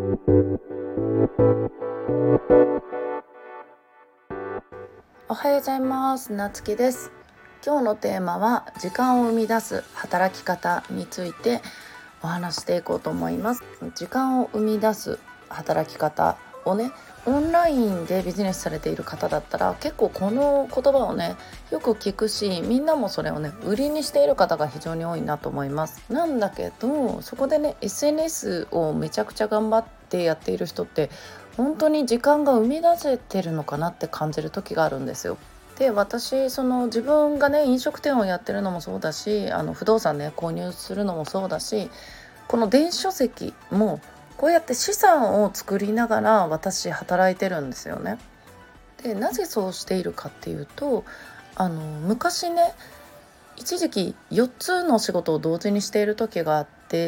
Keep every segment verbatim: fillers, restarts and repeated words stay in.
おはようございます。なつきです。今日のテーマは時間を生み出す働き方についてお話していこうと思います。時間を生み出す働き方をね、オンラインでビジネスされている方だったら結構この言葉をねよく聞くし、みんなもそれをね売りにしている方が非常に多いなと思います。なんだけどそこでね エスエヌエス をめちゃくちゃ頑張ってやっている人って本当に時間が生み出せてるのかなって感じる時があるんですよ。で私その自分がね飲食店をやってるのもそうだし、あの不動産ね購入するのもそうだし、この電子書籍もこうやって資産を作りながら私働いてるんですよね。でなぜそうしているかっていうと、あの昔ね一時期よっつの仕事を同時にしている時があって、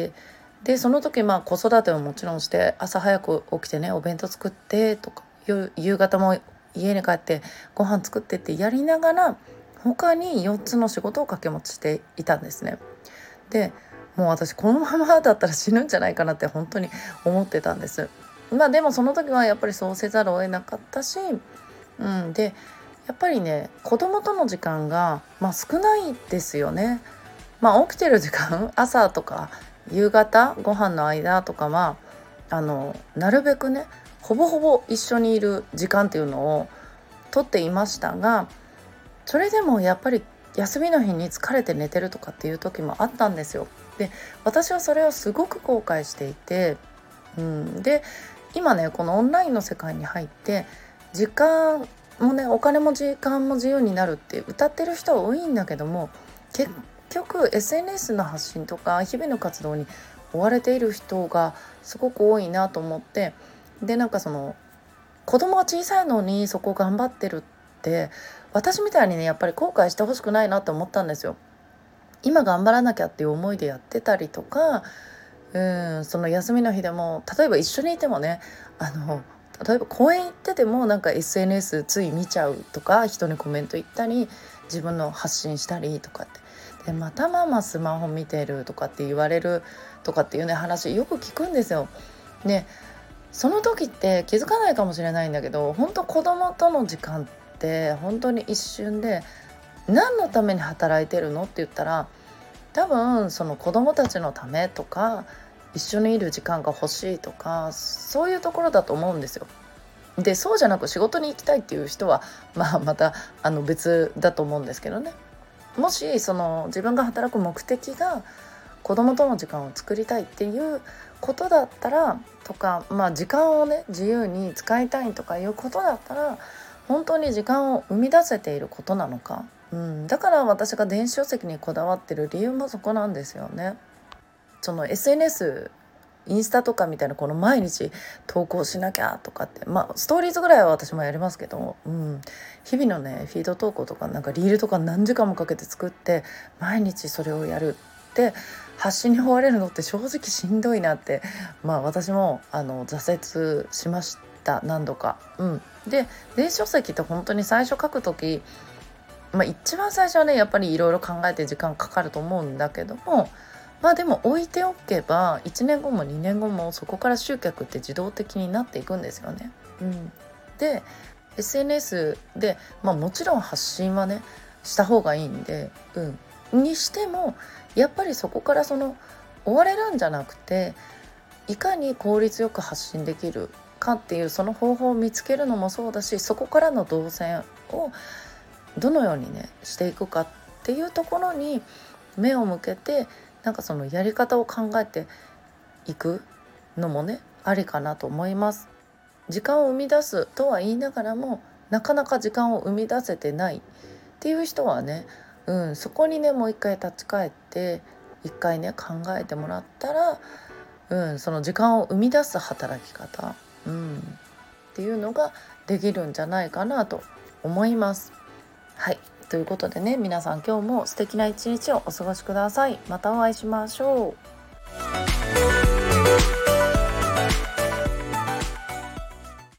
でその時まあ子育てももちろんして、朝早く起きてねお弁当作ってとか、夕夕方も家に帰ってご飯作ってってやりながら他によっつの仕事を掛け持ちしていたんですね。でもう私このままだったら死ぬんじゃないかなって本当に思ってたんです。まあでもその時はやっぱりそうせざるを得なかったし、うん、でやっぱりね子供との時間が、まあ、少ないですよね。まあ起きてる時間朝とか夕方ご飯の間とかはあのなるべくねほぼほぼ一緒にいる時間っていうのをとっていましたが、それでもやっぱり休みの日に疲れて寝てるとかっていう時もあったんですよ。で私はそれをすごく後悔していて、うん、で今ねこのオンラインの世界に入って時間もねお金も時間も自由になるって歌ってる人は多いんだけども、結局 エスエヌエス の発信とか日々の活動に追われている人がすごく多いなと思って、でなんかその子供が小さいのにそこを頑張ってるって私みたいにねやっぱり後悔してほしくないなと思ったんですよ。今頑張らなきゃっていう思いでやってたりとか、うんその休みの日でも例えば一緒にいてもね、あの例えば公園行っててもなんか エスエヌエス つい見ちゃうとか、人にコメント言ったり自分の発信したりとかってで、またままスマホ見てるとかって言われるとかっていうね話よく聞くんですよ。ね、その時って気づかないかもしれないんだけど、本当子供との時間って本当に一瞬で、何のために働いてるのって言ったら多分その子供たちのためとか一緒にいる時間が欲しいとかそういうところだと思うんですよ。でそうじゃなく仕事に行きたいっていう人はまあまたあの別だと思うんですけどね。もしその自分が働く目的が子供との時間を作りたいっていうことだったらとか、まあ時間をね自由に使いたいとかいうことだったら本当に時間を生み出せていることなのか、うん、だから私が電子書籍にこだわってる理由もそこなんですよね。その エスエヌエス インスタとかみたいなこの毎日投稿しなきゃとかって、まあストーリーズぐらいは私もやりますけど、うん、日々のねフィード投稿とかなんかリールとか何時間もかけて作って毎日それをやるって発信に追われるのって正直しんどいなって、まあ私もあの挫折しました何度か、うん、で電子書籍って本当に最初書く時、まあ、一番最初はねやっぱりいろいろ考えて時間かかると思うんだけども、まあでも置いておけばいちねんごもにねんごもそこから集客って自動的になっていくんですよね。うん、で エスエヌエス で、まあ、もちろん発信はねした方がいいんで、うん、にしてもやっぱりそこからその追われるんじゃなくて、いかに効率よく発信できるかっていうその方法を見つけるのもそうだし、そこからの動線をどのようにねしていくかっていうところに目を向けて、なんかそのやり方を考えていくのもねありかなと思います。時間を生み出すとは言いながらもなかなか時間を生み出せてないっていう人はね、うん、そこにねもう一回立ち返って一回ね考えてもらったら、うん、その時間を生み出す働き方、うん、っていうのができるんじゃないかなと思います。はい、ということでね、皆さん今日も素敵な一日をお過ごしください。またお会いしましょう。